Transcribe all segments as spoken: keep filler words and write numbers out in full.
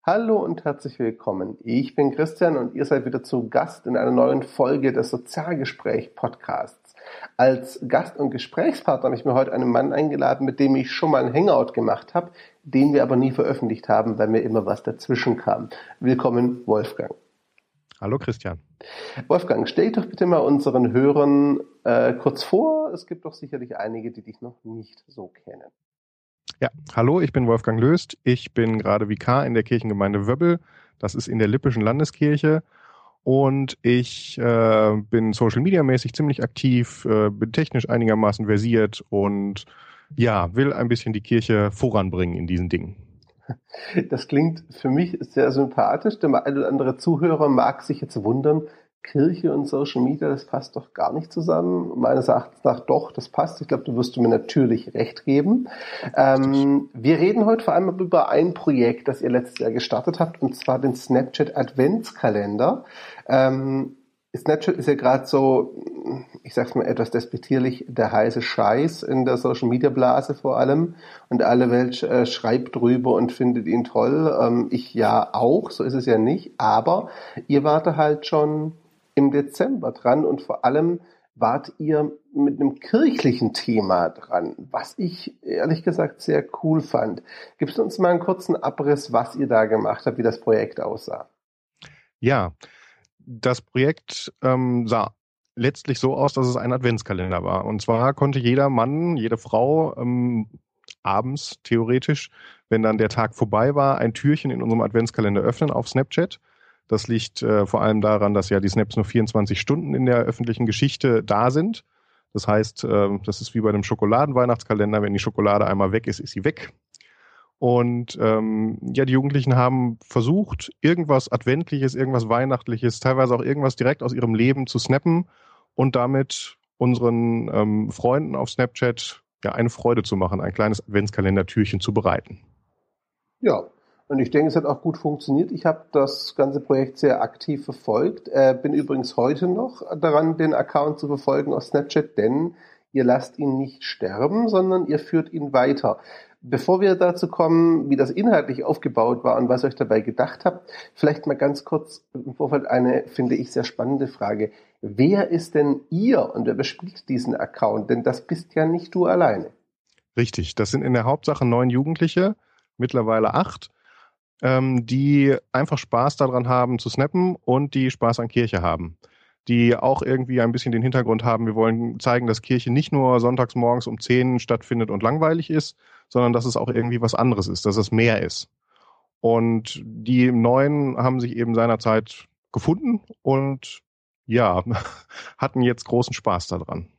Hallo und herzlich willkommen. Ich bin Christian und ihr seid wieder zu Gast in einer neuen Folge des Sozialgespräch-Podcasts. Als Gast und Gesprächspartner habe ich mir heute einen Mann eingeladen, mit dem ich schon mal ein Hangout gemacht habe, den wir aber nie veröffentlicht haben, weil mir immer was dazwischen kam. Willkommen, Wolfgang. Hallo Christian. Wolfgang, stell dich doch bitte mal unseren Hörern äh, kurz vor. Es gibt doch sicherlich einige, die dich noch nicht so kennen. Ja, hallo, ich bin Wolfgang Löst. Ich bin gerade Vikar in der Kirchengemeinde Wöbbel. Das ist in der Lippischen Landeskirche. Und ich äh, bin Social-Media-mäßig ziemlich aktiv, äh, bin technisch einigermaßen versiert und ja, will ein bisschen die Kirche voranbringen in diesen Dingen. Das klingt für mich sehr sympathisch. Der ein oder andere Zuhörer mag sich jetzt wundern, Kirche und Social Media, das passt doch gar nicht zusammen. Meines Erachtens nach doch, das passt. Ich glaube, du wirst mir natürlich recht geben. Ähm, wir reden heute vor allem über ein Projekt, das ihr letztes Jahr gestartet habt, und zwar den Snapchat Adventskalender. Ähm, Snapchat ist ja gerade so, ich sag's mal etwas despektierlich, der heiße Scheiß in der Social-Media-Blase vor allem. Und alle Welt äh, schreibt drüber und findet ihn toll. Ähm, ich ja auch, so ist es ja nicht. Aber ihr wart halt schon im Dezember dran und vor allem wart ihr mit einem kirchlichen Thema dran, was ich ehrlich gesagt sehr cool fand. Gibst du uns mal einen kurzen Abriss, was ihr da gemacht habt, wie das Projekt aussah? Ja, das Projekt ähm, sah letztlich so aus, dass es ein Adventskalender war. Und zwar konnte jeder Mann, jede Frau ähm, abends theoretisch, wenn dann der Tag vorbei war, ein Türchen in unserem Adventskalender öffnen auf Snapchat. Das liegt äh, vor allem daran, dass ja die Snaps nur vierundzwanzig Stunden in der öffentlichen Geschichte da sind. Das heißt, äh, das ist wie bei einem Schokoladenweihnachtskalender. Wenn die Schokolade einmal weg ist, ist sie weg. Und ähm, ja, die Jugendlichen haben versucht, irgendwas Adventliches, irgendwas Weihnachtliches, teilweise auch irgendwas direkt aus ihrem Leben zu snappen und damit unseren ähm, Freunden auf Snapchat ja eine Freude zu machen, ein kleines Adventskalendertürchen zu bereiten. Ja, und ich denke, es hat auch gut funktioniert. Ich habe das ganze Projekt sehr aktiv verfolgt. Äh, bin übrigens heute noch daran, den Account zu verfolgen auf Snapchat, denn ihr lasst ihn nicht sterben, sondern ihr führt ihn weiter. Bevor wir dazu kommen, wie das inhaltlich aufgebaut war und was ihr euch dabei gedacht habt, vielleicht mal ganz kurz im Vorfeld eine, finde ich, sehr spannende Frage. Wer ist denn ihr und wer bespielt diesen Account? Denn das bist ja nicht du alleine. Richtig, das sind in der Hauptsache neun Jugendliche, mittlerweile acht, ähm, die einfach Spaß daran haben zu snappen und die Spaß an Kirche haben. Die auch irgendwie ein bisschen den Hintergrund haben, wir wollen zeigen, dass Kirche nicht nur sonntags morgens um zehn stattfindet und langweilig ist, sondern dass es auch irgendwie was anderes ist, dass es mehr ist. Und die Neuen haben sich eben seinerzeit gefunden und ja, hatten jetzt großen Spaß daran.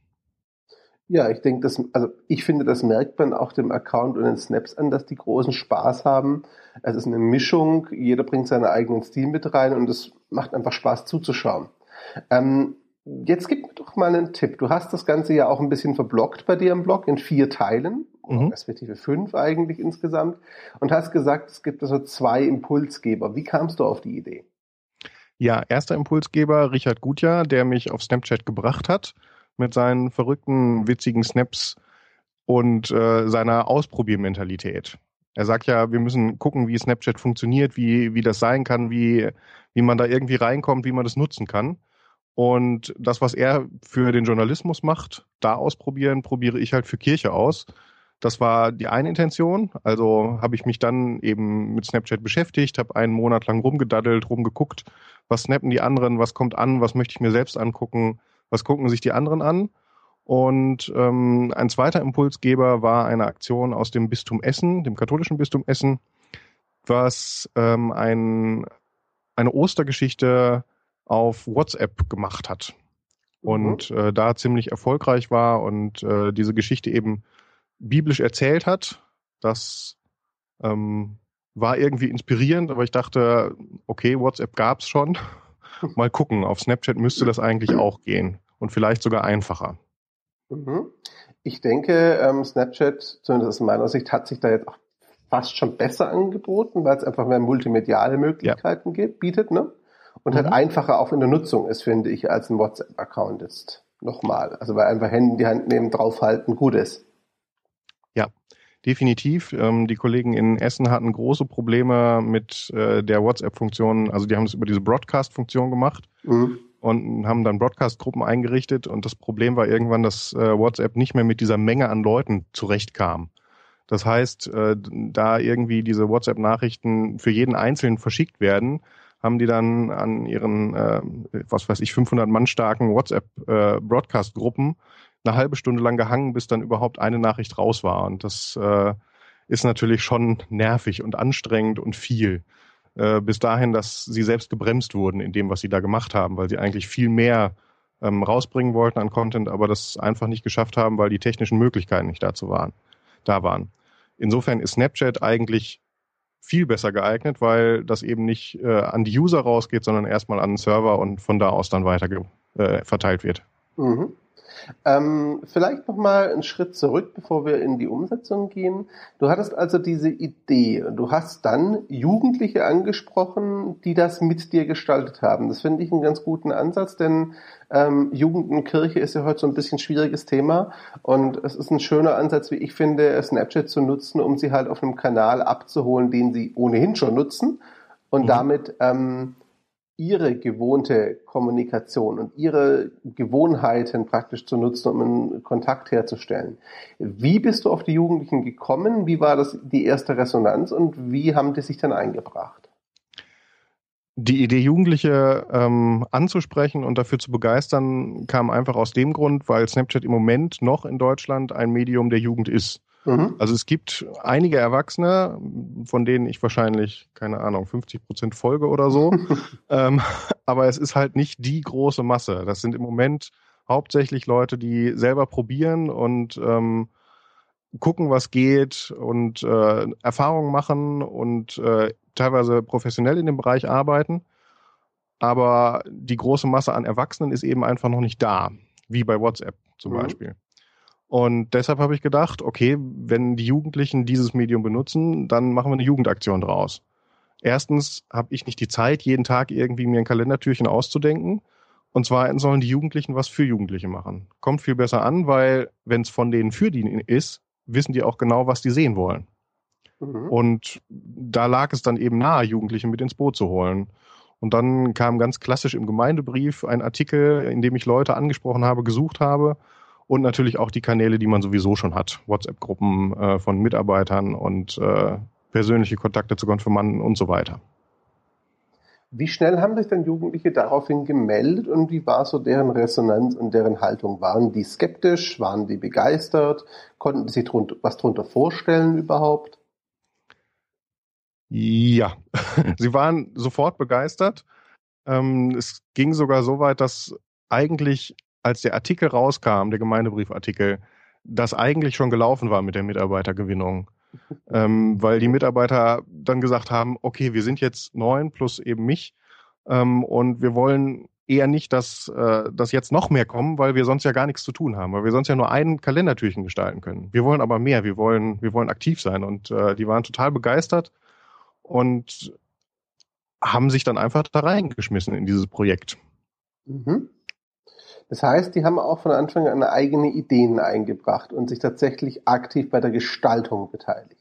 Ja, ich denke, das, also ich finde, das merkt man auch dem Account und den Snaps an, dass die großen Spaß haben. Es ist eine Mischung, jeder bringt seinen eigenen Stil mit rein und es macht einfach Spaß zuzuschauen. Ähm, jetzt gib mir doch mal einen Tipp. Du hast das Ganze ja auch ein bisschen verblockt bei dir im Blog in vier Teilen, oder Mhm. respektive fünf eigentlich insgesamt, und hast gesagt, es gibt also zwei Impulsgeber. Wie kamst du auf die Idee? Ja, erster Impulsgeber Richard Gutjahr, der mich auf Snapchat gebracht hat mit seinen verrückten, witzigen Snaps und äh, seiner Ausprobiermentalität. Er sagt ja, wir müssen gucken, wie Snapchat funktioniert, wie, wie das sein kann, wie, wie man da irgendwie reinkommt, wie man das nutzen kann. Und das, was er für den Journalismus macht, da ausprobieren, probiere ich halt für Kirche aus. Das war die eine Intention. Also habe ich mich dann eben mit Snapchat beschäftigt, habe einen Monat lang rumgedaddelt, rumgeguckt, was snappen die anderen, was kommt an, was möchte ich mir selbst angucken, was gucken sich die anderen an. Und ähm, ein zweiter Impulsgeber war eine Aktion aus dem Bistum Essen, dem katholischen Bistum Essen, was ähm, ein, eine Ostergeschichte auf WhatsApp gemacht hat Mhm. und äh, da ziemlich erfolgreich war und äh, diese Geschichte eben biblisch erzählt hat. Das ähm, war irgendwie inspirierend, aber ich dachte, okay, WhatsApp gab's schon. Mal gucken, auf Snapchat müsste das eigentlich auch gehen und vielleicht sogar einfacher. Mhm. Ich denke, ähm, Snapchat, zumindest aus meiner Sicht, hat sich da jetzt auch fast schon besser angeboten, weil es einfach mehr multimediale Ja. Möglichkeiten gibt, bietet, ne? Und halt Mhm. einfacher auch in der Nutzung ist, finde ich, als ein WhatsApp-Account jetzt nochmal. Also weil einfach Handy in die Hand nehmen, draufhalten, gut ist. Ja, definitiv. Ähm, die Kollegen in Essen hatten große Probleme mit äh, der WhatsApp-Funktion. Also die haben es über diese Broadcast-Funktion gemacht mhm. und haben dann Broadcast-Gruppen eingerichtet. Und das Problem war irgendwann, dass äh, WhatsApp nicht mehr mit dieser Menge an Leuten zurechtkam. Das heißt, äh, da irgendwie diese WhatsApp-Nachrichten für jeden Einzelnen verschickt werden, haben die dann an ihren, äh, was weiß ich, fünfhundert Mann starken WhatsApp-Broadcast-Gruppen eine halbe Stunde lang gehangen, bis dann überhaupt eine Nachricht raus war. Und das äh, ist natürlich schon nervig und anstrengend und viel. Äh, bis dahin, dass sie selbst gebremst wurden in dem, was sie da gemacht haben, weil sie eigentlich viel mehr ähm, rausbringen wollten an Content, aber das einfach nicht geschafft haben, weil die technischen Möglichkeiten nicht dazu waren, da waren. Insofern ist Snapchat eigentlich viel besser geeignet, weil das eben nicht äh, an die User rausgeht, sondern erstmal an den Server und von da aus dann weiter ge- äh, verteilt wird. Mhm. Ähm, vielleicht nochmal einen Schritt zurück, bevor wir in die Umsetzung gehen. Du hattest also diese Idee. Du hast dann Jugendliche angesprochen, die das mit dir gestaltet haben. Das finde ich einen ganz guten Ansatz, denn ähm, Jugend und Kirche ist ja heute so ein bisschen ein schwieriges Thema und es ist ein schöner Ansatz, wie ich finde, Snapchat zu nutzen, um sie halt auf einem Kanal abzuholen, den sie ohnehin schon nutzen und mhm. damit ähm, ihre gewohnte Kommunikation und ihre Gewohnheiten praktisch zu nutzen, um einen Kontakt herzustellen. Wie bist du auf die Jugendlichen gekommen? Wie war das die erste Resonanz und wie haben die sich dann eingebracht? Die Idee, Jugendliche ähm, anzusprechen und dafür zu begeistern, kam einfach aus dem Grund, weil Snapchat im Moment noch in Deutschland ein Medium der Jugend ist. Mhm. Also es gibt einige Erwachsene, von denen ich wahrscheinlich, keine Ahnung, fünfzig Prozent folge oder so. ähm, aber es ist halt nicht die große Masse. Das sind im Moment hauptsächlich Leute, die selber probieren und ähm, gucken, was geht und äh, Erfahrungen machen und äh, teilweise professionell in dem Bereich arbeiten. Aber die große Masse an Erwachsenen ist eben einfach noch nicht da, wie bei WhatsApp zum mhm. Beispiel. Und deshalb habe ich gedacht, okay, wenn die Jugendlichen dieses Medium benutzen, dann machen wir eine Jugendaktion draus. Erstens habe ich nicht die Zeit, jeden Tag irgendwie mir ein Kalendertürchen auszudenken. Und zweitens sollen die Jugendlichen was für Jugendliche machen. Kommt viel besser an, weil wenn es von denen für die ist, wissen die auch genau, was die sehen wollen. Mhm. Und da lag es dann eben nahe, Jugendliche mit ins Boot zu holen. Und dann kam ganz klassisch im Gemeindebrief ein Artikel, in dem ich Leute angesprochen habe, gesucht habe. Und natürlich auch die Kanäle, die man sowieso schon hat. WhatsApp-Gruppen äh, von Mitarbeitern und äh, persönliche Kontakte zu Konfirmanden und so weiter. Wie schnell haben sich dann Jugendliche daraufhin gemeldet und wie war so deren Resonanz und deren Haltung? Waren die skeptisch? Waren die begeistert? Konnten die sich drunter, was drunter vorstellen überhaupt? Ja, sie waren sofort begeistert. Ähm, es ging sogar so weit, dass eigentlich als der Artikel rauskam, der Gemeindebriefartikel, das eigentlich schon gelaufen war mit der Mitarbeitergewinnung. ähm, weil die Mitarbeiter dann gesagt haben, okay, wir sind jetzt neun plus eben mich ähm, und wir wollen eher nicht, dass, äh, dass jetzt noch mehr kommen, weil wir sonst ja gar nichts zu tun haben, weil wir sonst ja nur ein Kalendertürchen gestalten können. Wir wollen aber mehr, wir wollen, wir wollen aktiv sein und äh, die waren total begeistert und haben sich dann einfach da reingeschmissen in dieses Projekt. Mhm. Das heißt, die haben auch von Anfang an eigene Ideen eingebracht und sich tatsächlich aktiv bei der Gestaltung beteiligt.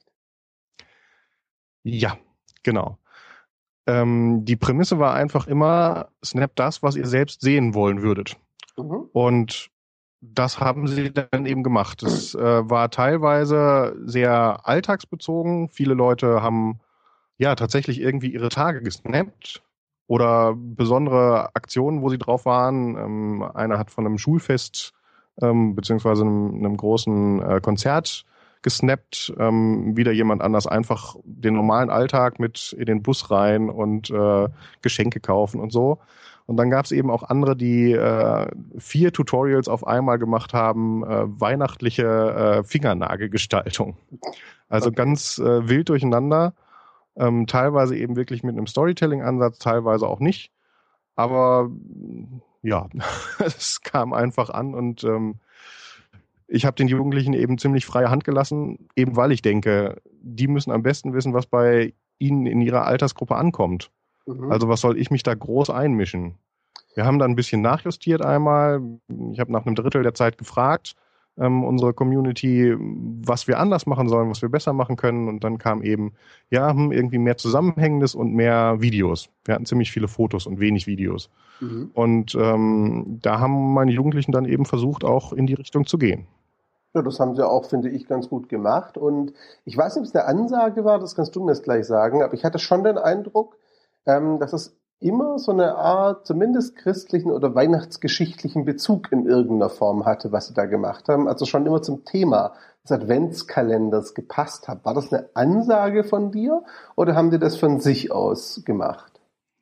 Ja, genau. Ähm, die Prämisse war einfach immer, snap das, was ihr selbst sehen wollen würdet. Mhm. Und das haben sie dann eben gemacht. Es äh, war teilweise sehr alltagsbezogen. Viele Leute haben ja tatsächlich irgendwie ihre Tage gesnappt oder besondere Aktionen, wo sie drauf waren. Ähm, einer hat von einem Schulfest ähm, beziehungsweise einem, einem großen äh, Konzert gesnappt. Ähm, wieder jemand anders einfach den normalen Alltag mit in den Bus rein und äh, Geschenke kaufen und so. Und dann gab es eben auch andere, die äh, vier Tutorials auf einmal gemacht haben, äh, weihnachtliche äh, Fingernagelgestaltung. Also okay. ganz äh, wild durcheinander. Ähm, teilweise eben wirklich mit einem Storytelling-Ansatz, teilweise auch nicht. Aber ja, es kam einfach an und ähm, ich habe den Jugendlichen eben ziemlich freie Hand gelassen, eben weil ich denke, die müssen am besten wissen, was bei ihnen in ihrer Altersgruppe ankommt. Mhm. Also was soll ich mich da groß einmischen? Wir haben dann ein bisschen nachjustiert einmal. Ich habe nach einem Drittel der Zeit gefragt. ähm, unsere Community, was wir anders machen sollen, was wir besser machen können. Und dann kam eben, ja, hm, irgendwie mehr Zusammenhängendes und mehr Videos. Wir hatten ziemlich viele Fotos und wenig Videos. Mhm. Und ähm, da haben meine Jugendlichen dann eben versucht, auch in die Richtung zu gehen. Ja, das haben sie auch, finde ich, ganz gut gemacht. Und ich weiß nicht, ob es eine Ansage war, das kannst du mir jetzt gleich sagen, aber ich hatte schon den Eindruck, ähm, dass es immer so eine Art, zumindest christlichen oder weihnachtsgeschichtlichen Bezug in irgendeiner Form hatte, was sie da gemacht haben. Also schon immer zum Thema des Adventskalenders gepasst hat. War das eine Ansage von dir oder haben die das von sich aus gemacht?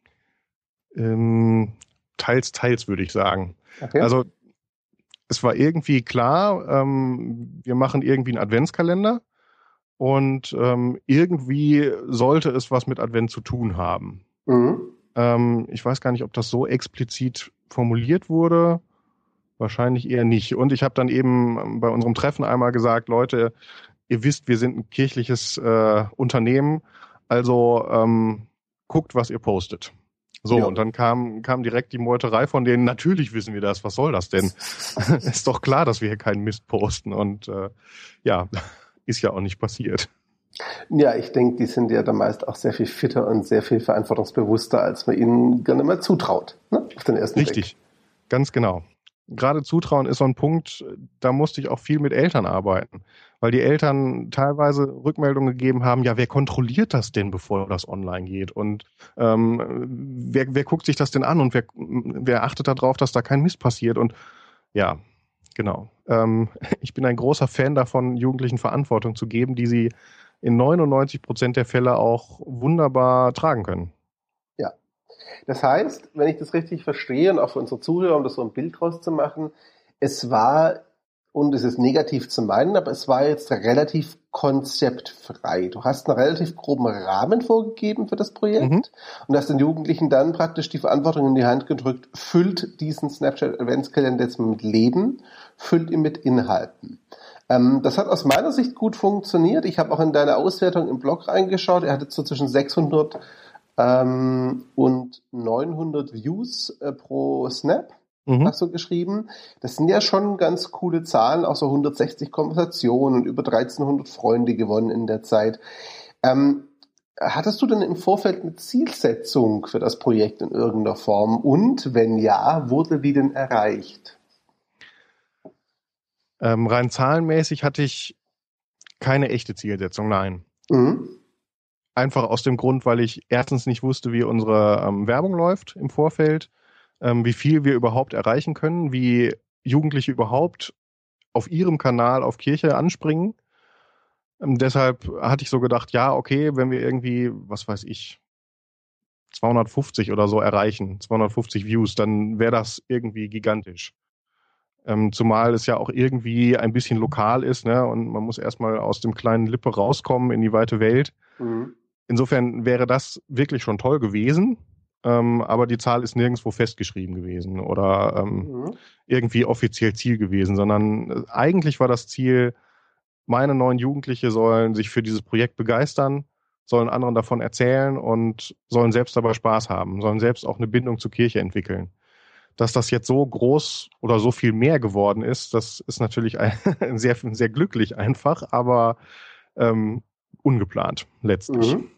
Ähm, teils, teils würde ich sagen. Okay. Also es war irgendwie klar, ähm, wir machen irgendwie einen Adventskalender und ähm, irgendwie sollte es was mit Advent zu tun haben. Mhm. Ähm, ich weiß gar nicht, ob das so explizit formuliert wurde. Wahrscheinlich eher nicht. Und ich habe dann eben bei unserem Treffen einmal gesagt, Leute, ihr wisst, wir sind ein kirchliches äh, Unternehmen, also ähm, guckt, was ihr postet. So, Ja. und dann kam, kam direkt die Meuterei von denen, natürlich wissen wir das, was soll das denn? Ist doch klar, dass wir hier keinen Mist posten. Und äh, ja, ist ja auch nicht passiert. Ja, ich denke, die sind ja da meist auch sehr viel fitter und sehr viel verantwortungsbewusster, als man ihnen gerne mal zutraut, ne? Auf den ersten Blick. Richtig, ganz genau. Gerade Zutrauen ist so ein Punkt, da musste ich auch viel mit Eltern arbeiten, weil die Eltern teilweise Rückmeldungen gegeben haben, ja, wer kontrolliert das denn, bevor das online geht? Und ähm, wer, wer guckt sich das denn an und wer, wer achtet darauf, dass da kein Mist passiert? Und ja, genau. Ähm, ich bin ein großer Fan davon, Jugendlichen Verantwortung zu geben, die sie in neunundneunzig Prozent der Fälle auch wunderbar tragen können. Ja. Das heißt, wenn ich das richtig verstehe und auch für unsere Zuhörer, um das so ein Bild draus zu machen, es war, und es ist negativ zu meinen, aber es war jetzt relativ konzeptfrei. Du hast einen relativ groben Rahmen vorgegeben für das Projekt Mhm. und hast den Jugendlichen dann praktisch die Verantwortung in die Hand gedrückt, füllt diesen Snapchat Adventskalender jetzt mit Leben, füllt ihn mit Inhalten. Ähm, das hat aus meiner Sicht gut funktioniert. Ich habe auch in deine Auswertung im Blog reingeschaut. Er hatte so zwischen sechshundert ähm, und neunhundert Views äh, pro Snap, Mhm. hast du geschrieben. Das sind ja schon ganz coole Zahlen, auch so hundertsechzig Konversationen und über dreizehnhundert Freunde gewonnen in der Zeit. Ähm, hattest du denn im Vorfeld eine Zielsetzung für das Projekt in irgendeiner Form? Und wenn ja, wurde die denn erreicht? Ähm, rein zahlenmäßig hatte ich keine echte Zielsetzung, nein. Mhm. Einfach aus dem Grund, weil ich erstens nicht wusste, wie unsere ähm, Werbung läuft im Vorfeld, ähm, wie viel wir überhaupt erreichen können, wie Jugendliche überhaupt auf ihrem Kanal auf Kirche anspringen. Ähm, deshalb hatte ich so gedacht, ja, okay, wenn wir irgendwie, was weiß ich, zweihundertfünfzig oder so erreichen, zweihundertfünfzig Views, dann wäre das irgendwie gigantisch. Ähm, zumal es ja auch irgendwie ein bisschen lokal ist, ne? Und man muss erstmal aus dem kleinen Lippe rauskommen in die weite Welt. Mhm. Insofern wäre das wirklich schon toll gewesen, ähm, aber die Zahl ist nirgendwo festgeschrieben gewesen oder ähm, Mhm. irgendwie offiziell Ziel gewesen, sondern äh, eigentlich war das Ziel, meine neuen Jugendliche sollen sich für dieses Projekt begeistern, sollen anderen davon erzählen und sollen selbst dabei Spaß haben, sollen selbst auch eine Bindung zur Kirche entwickeln. Dass das jetzt so groß oder so viel mehr geworden ist, das ist natürlich ein, sehr, sehr glücklich einfach, aber ähm, ungeplant letztlich. Mhm.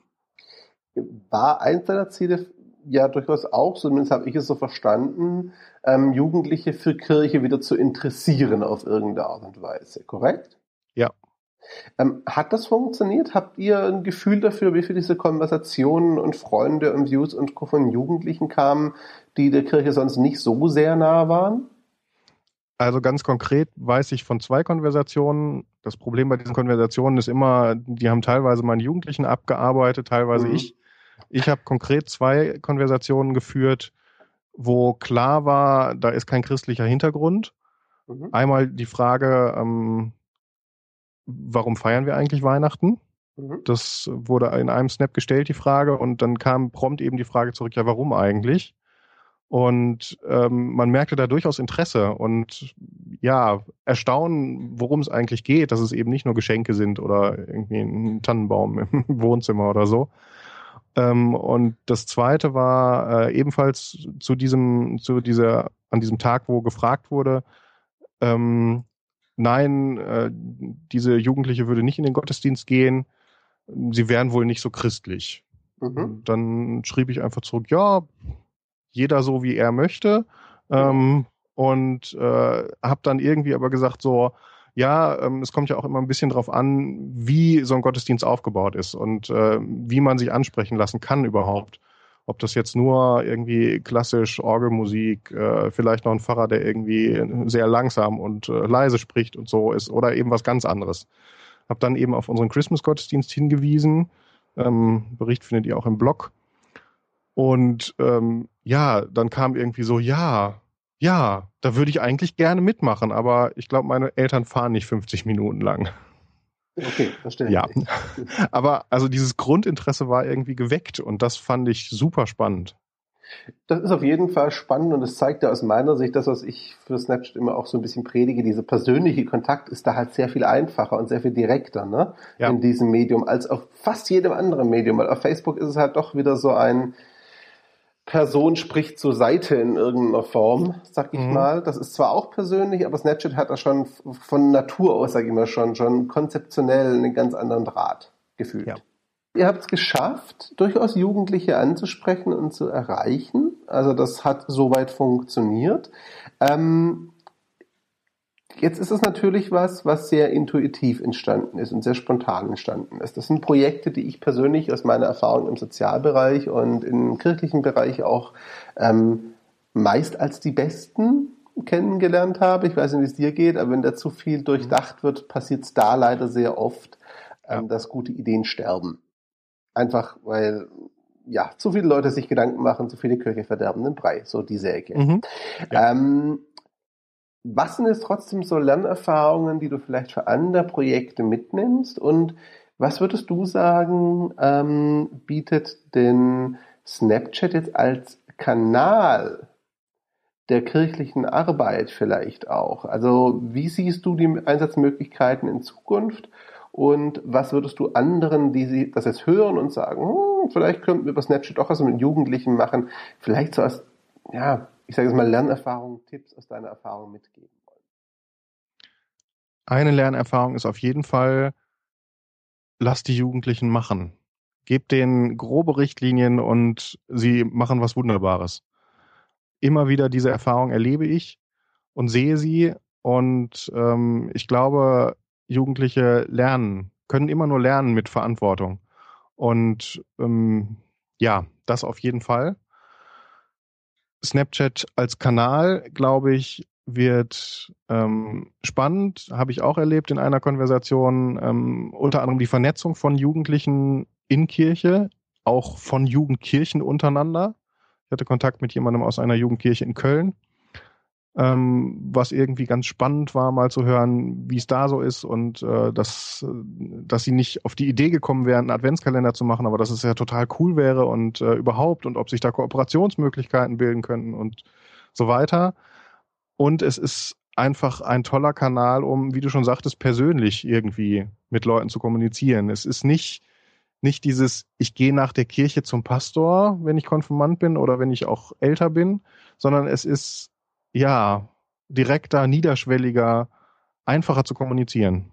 War eins deiner Ziele ja durchaus auch, zumindest habe ich es so verstanden, ähm, Jugendliche für Kirche wieder zu interessieren auf irgendeine Art und Weise, korrekt? Ja. Ähm, hat das funktioniert? Habt ihr ein Gefühl dafür, wie viele diese Konversationen und Freunde und Views und Co. von Jugendlichen kamen, die der Kirche sonst nicht so sehr nah waren? Also ganz konkret weiß ich von zwei Konversationen. Das Problem bei diesen Konversationen ist immer, die haben teilweise meine Jugendlichen abgearbeitet, teilweise Mhm. ich. Ich habe konkret zwei Konversationen geführt, wo klar war, da ist kein christlicher Hintergrund. Mhm. Einmal die Frage, ähm, warum feiern wir eigentlich Weihnachten? Mhm. Das wurde in einem Snap gestellt, die Frage, und dann kam prompt eben die Frage zurück, ja, warum eigentlich? Und ähm, man merkte da durchaus Interesse und ja, Erstaunen, worum es eigentlich geht, dass es eben nicht nur Geschenke sind oder irgendwie ein Tannenbaum im Wohnzimmer oder so. Ähm, und das zweite war äh, ebenfalls zu diesem, zu dieser, an diesem Tag, wo gefragt wurde, ähm, nein, äh, diese Jugendliche würde nicht in den Gottesdienst gehen, sie wären wohl nicht so christlich. Mhm. Dann schrieb ich einfach zurück, ja, jeder so, wie er möchte. Ja. Ähm, und äh, habe dann irgendwie aber gesagt so, ja, ähm, es kommt ja auch immer ein bisschen drauf an, wie so ein Gottesdienst aufgebaut ist und äh, wie man sich ansprechen lassen kann überhaupt. Ob das jetzt nur irgendwie klassisch Orgelmusik, äh, vielleicht noch ein Pfarrer, der irgendwie sehr langsam und äh, leise spricht und so ist oder eben was ganz anderes. Hab dann eben auf unseren Christmas-Gottesdienst hingewiesen. Ähm, Bericht findet ihr auch im Blog. Und ähm, ja, dann kam irgendwie so, ja, ja, da würde ich eigentlich gerne mitmachen, aber ich glaube, meine Eltern fahren nicht fünfzig Minuten lang. Okay, verstehe. Ja, aber also dieses Grundinteresse war irgendwie geweckt und das fand ich super spannend. Das ist auf jeden Fall spannend und es zeigt ja aus meiner Sicht, das, was ich für Snapchat immer auch so ein bisschen predige, dieser persönliche Kontakt ist da halt sehr viel einfacher und sehr viel direkter, ne? Ja. In diesem Medium als auf fast jedem anderen Medium, weil auf Facebook ist es halt doch wieder so ein Person spricht zur Seite in irgendeiner Form, sag ich mhm. mal. Das ist zwar auch persönlich, aber Snapchat hat da schon von Natur aus, sag ich mal schon, schon konzeptionell einen ganz anderen Draht gefühlt. Ja. Ihr habt es geschafft, durchaus Jugendliche anzusprechen und zu erreichen. Also das hat soweit funktioniert. Ähm, jetzt ist es natürlich was, was sehr intuitiv entstanden ist und sehr spontan entstanden ist. Das sind Projekte, die ich persönlich aus meiner Erfahrung im Sozialbereich und im kirchlichen Bereich auch ähm, meist als die besten kennengelernt habe. Ich weiß nicht, wie es dir geht, aber wenn da zu viel durchdacht wird, passiert es da leider sehr oft, ähm, ja. dass gute Ideen sterben. Einfach, weil ja zu viele Leute sich Gedanken machen, zu viele Kirche verderben den Brei, so diese Ecke. Mhm. Ja. Ähm, was sind jetzt trotzdem so Lernerfahrungen, die du vielleicht für andere Projekte mitnimmst? Und was würdest du sagen, ähm, bietet denn Snapchat jetzt als Kanal der kirchlichen Arbeit vielleicht auch? Also wie siehst du die Einsatzmöglichkeiten in Zukunft? Und was würdest du anderen, die sie das jetzt hören und sagen, hm, vielleicht könnten wir über Snapchat auch was mit Jugendlichen machen, vielleicht so als, ja, ich sage jetzt mal Lernerfahrungen, Tipps aus deiner Erfahrung mitgeben wollen? Eine Lernerfahrung ist auf jeden Fall, lass die Jugendlichen machen. Gebt denen grobe Richtlinien und sie machen was Wunderbares. Immer wieder diese Erfahrung erlebe ich und sehe sie und ähm, ich glaube, Jugendliche lernen, können immer nur lernen mit Verantwortung. Und ähm, ja, das auf jeden Fall. Snapchat als Kanal, glaube ich, wird ähm, spannend, habe ich auch erlebt in einer Konversation, ähm, unter anderem die Vernetzung von Jugendlichen in Kirche, auch von Jugendkirchen untereinander. Ich hatte Kontakt mit jemandem aus einer Jugendkirche in Köln, ähm, was irgendwie ganz spannend war, mal zu hören, wie es da so ist und äh, dass, dass sie nicht auf die Idee gekommen wären, einen Adventskalender zu machen, aber dass es ja total cool wäre und äh, überhaupt und ob sich da Kooperationsmöglichkeiten bilden könnten und so weiter. Und es ist einfach ein toller Kanal, um, wie du schon sagtest, persönlich irgendwie mit Leuten zu kommunizieren. Es ist nicht nicht dieses, ich gehe nach der Kirche zum Pastor, wenn ich Konfirmand bin oder wenn ich auch älter bin, sondern es ist ja, direkter, niederschwelliger, einfacher zu kommunizieren.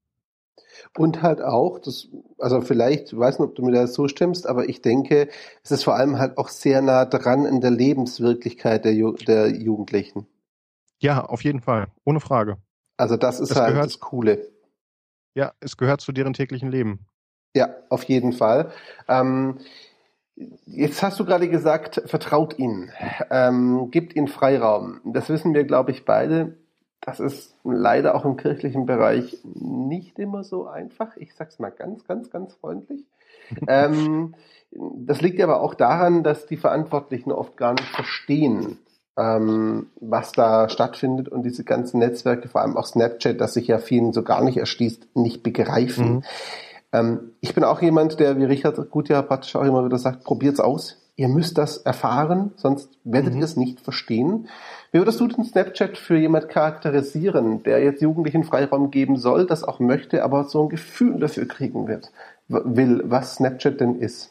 Und halt auch, das, also vielleicht, ich weiß nicht, ob du mir da so stimmst, aber ich denke, es ist vor allem halt auch sehr nah dran in der Lebenswirklichkeit der, Ju- der Jugendlichen. Ja, auf jeden Fall, ohne Frage. Also das ist es halt gehört, das Coole. Ja, es gehört zu deren täglichen Leben. Ja, auf jeden Fall. Ähm, Jetzt hast du gerade gesagt, vertraut ihnen, ähm, gibt ihnen Freiraum. Das wissen wir, glaube ich, beide. Das ist leider auch im kirchlichen Bereich nicht immer so einfach. Ich sag's mal ganz, ganz, ganz freundlich. ähm, das liegt aber auch daran, dass die Verantwortlichen oft gar nicht verstehen, ähm, was da stattfindet und diese ganzen Netzwerke, vor allem auch Snapchat, das sich ja vielen so gar nicht erschließt, nicht begreifen. Mhm. Ich bin auch jemand, der, wie Richard Gutjahr praktisch auch immer wieder sagt, probiert's aus. Ihr müsst das erfahren, sonst werdet mhm. ihr es nicht verstehen. Wie würdest du den Snapchat für jemand charakterisieren, der jetzt Jugendlichen Freiraum geben soll, das auch möchte, aber so ein Gefühl dafür kriegen wird, will, was Snapchat denn ist?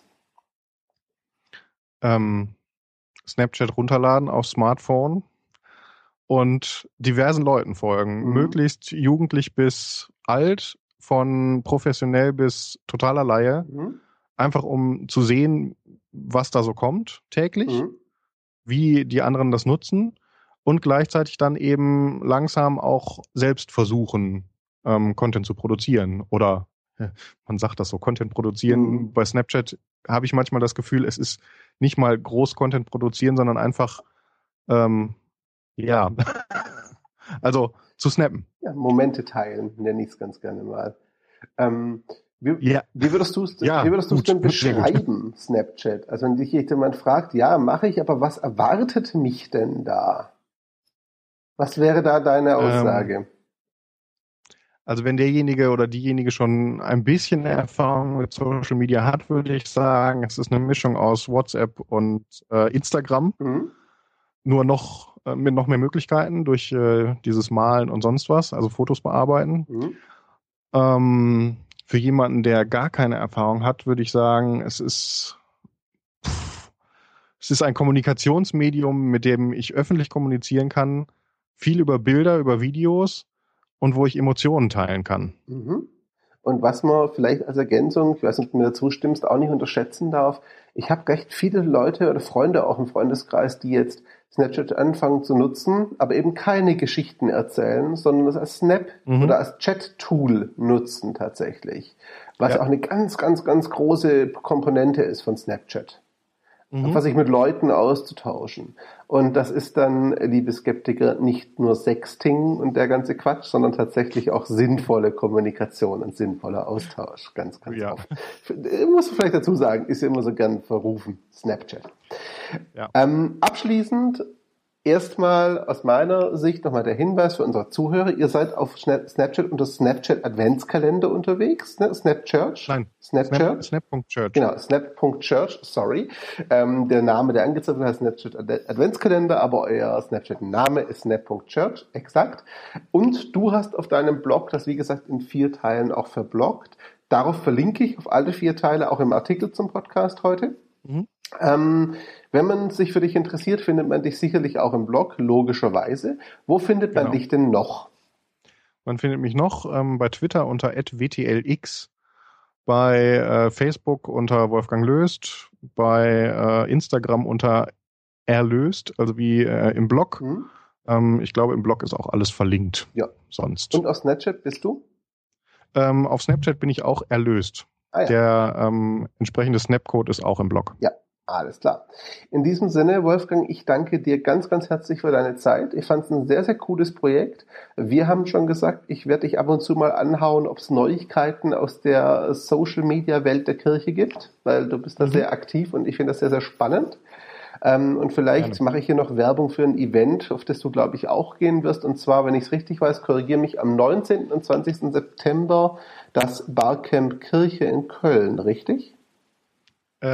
Ähm, Snapchat runterladen auf Smartphone und diversen Leuten folgen. Mhm. Möglichst jugendlich bis alt, von professionell bis totaler Laie. Mhm. Einfach um zu sehen, was da so kommt täglich, Mhm. wie die anderen das nutzen und gleichzeitig dann eben langsam auch selbst versuchen, ähm, Content zu produzieren. Oder äh, man sagt das so, Content produzieren. Mhm. Bei Snapchat habe ich manchmal das Gefühl, es ist nicht mal groß Content produzieren, sondern einfach, ähm, ja, also zu snappen. Ja, Momente teilen, nenne ich es ganz gerne mal. Ähm, wie, Ja, wie würdest du es ja, wie würdest du es gut, denn sehr gut. beschreiben, Snapchat? Also wenn dich jemand fragt, ja, mache ich, aber was erwartet mich denn da? Was wäre da deine Ähm, Aussage? also wenn derjenige oder diejenige schon ein bisschen Erfahrung mit Social Media hat, würde ich sagen, es ist eine Mischung aus WhatsApp und äh, Instagram. Mhm. Nur noch äh, mit noch mehr Möglichkeiten durch äh, dieses Malen und sonst was, also Fotos bearbeiten. Mhm. Ähm, für jemanden, der gar keine Erfahrung hat, würde ich sagen, es ist pff, es ist ein Kommunikationsmedium, mit dem ich öffentlich kommunizieren kann, viel über Bilder, über Videos und wo ich Emotionen teilen kann. Mhm. Und was man vielleicht als Ergänzung, ich weiß nicht, ob du mir dazu stimmst, auch nicht unterschätzen darf, ich habe recht viele Leute oder Freunde auch im Freundeskreis, die jetzt Snapchat anfangen zu nutzen, aber eben keine Geschichten erzählen, sondern es als Snap Mhm. oder als Chat-Tool nutzen tatsächlich. Was Ja. auch eine ganz, ganz, ganz große Komponente ist von Snapchat. Mhm. Einfach sich mit Leuten auszutauschen. Und das ist dann, liebe Skeptiker, nicht nur Sexting und der ganze Quatsch, sondern tatsächlich auch sinnvolle Kommunikation und sinnvoller Austausch. Ganz, ganz Ja. oft. Ich muss vielleicht dazu sagen, ist ja immer so gern verrufen, Snapchat. Ja. Ähm, abschließend erstmal aus meiner Sicht nochmal der Hinweis für unsere Zuhörer. Ihr seid auf Snapchat unter Snapchat Adventskalender unterwegs, ne? Snapchurch? Nein. Snapchurch? Snap.church. Genau, snap.church, sorry. Ähm, der Name, der angezeigt wird, heißt Snapchat Adventskalender, aber euer Snapchat-Name ist snap.church, exakt. Und du hast auf deinem Blog das, wie gesagt, in vier Teilen auch verbloggt. Darauf verlinke ich auf alle vier Teile, auch im Artikel zum Podcast heute. Mhm. Ähm, wenn man sich für dich interessiert, findet man dich sicherlich auch im Blog, logischerweise. Wo findet man Genau. dich denn noch? Man findet mich noch ähm, bei Twitter unter at w t l x, bei äh, Facebook unter Wolfgang Löst, bei äh, Instagram unter erlöst, also wie äh, im Blog. Hm? Ähm, ich glaube, im Blog ist auch alles verlinkt. Ja. Sonst. Und auf Snapchat bist du? Ähm, auf Snapchat bin ich auch erlöst. Ah ja. Der ähm, entsprechende Snapcode ist auch im Blog. Ja. Alles klar. In diesem Sinne, Wolfgang, ich danke dir ganz, ganz herzlich für deine Zeit. Ich fand es ein sehr, sehr cooles Projekt. Wir haben schon gesagt, ich werde dich ab und zu mal anhauen, ob es Neuigkeiten aus der Social-Media-Welt der Kirche gibt, weil du bist da Mhm. sehr aktiv und ich finde das sehr, sehr spannend. Ähm, und vielleicht Gerne. mache ich hier noch Werbung für ein Event, auf das du, glaube ich, auch gehen wirst. Und zwar, wenn ich es richtig weiß, korrigiere mich, am neunzehnten und zwanzigsten September das Barcamp Kirche in Köln, richtig? Äh,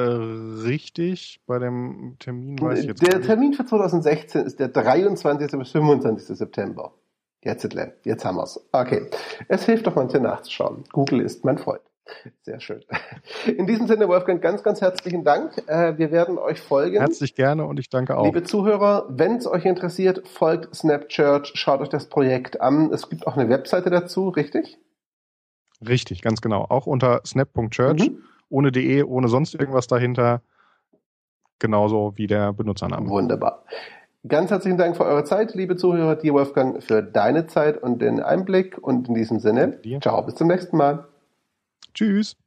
richtig, bei dem Termin weiß ich jetzt Der gar nicht. Termin für zweitausendsechzehn ist der dreiundzwanzigsten bis fünfundzwanzigsten September. Jetzt, jetzt haben wir's. Okay. Es hilft doch manche nachzuschauen. Google ist mein Freund. Sehr schön. In diesem Sinne, Wolfgang, ganz, ganz herzlichen Dank. Wir werden euch folgen. Herzlich gerne und ich danke auch. Liebe Zuhörer, wenn es euch interessiert, folgt Snapchurch, schaut euch das Projekt an. Es gibt auch eine Webseite dazu, richtig? Richtig, ganz genau. Auch unter snap.church, Mhm. ohne de, ohne sonst irgendwas dahinter. Genauso wie der Benutzername. Wunderbar. Ganz herzlichen Dank für eure Zeit, liebe Zuhörer, dir Wolfgang, für deine Zeit und den Einblick. Und in diesem Sinne, Dir. ciao, bis zum nächsten Mal. Tschüss.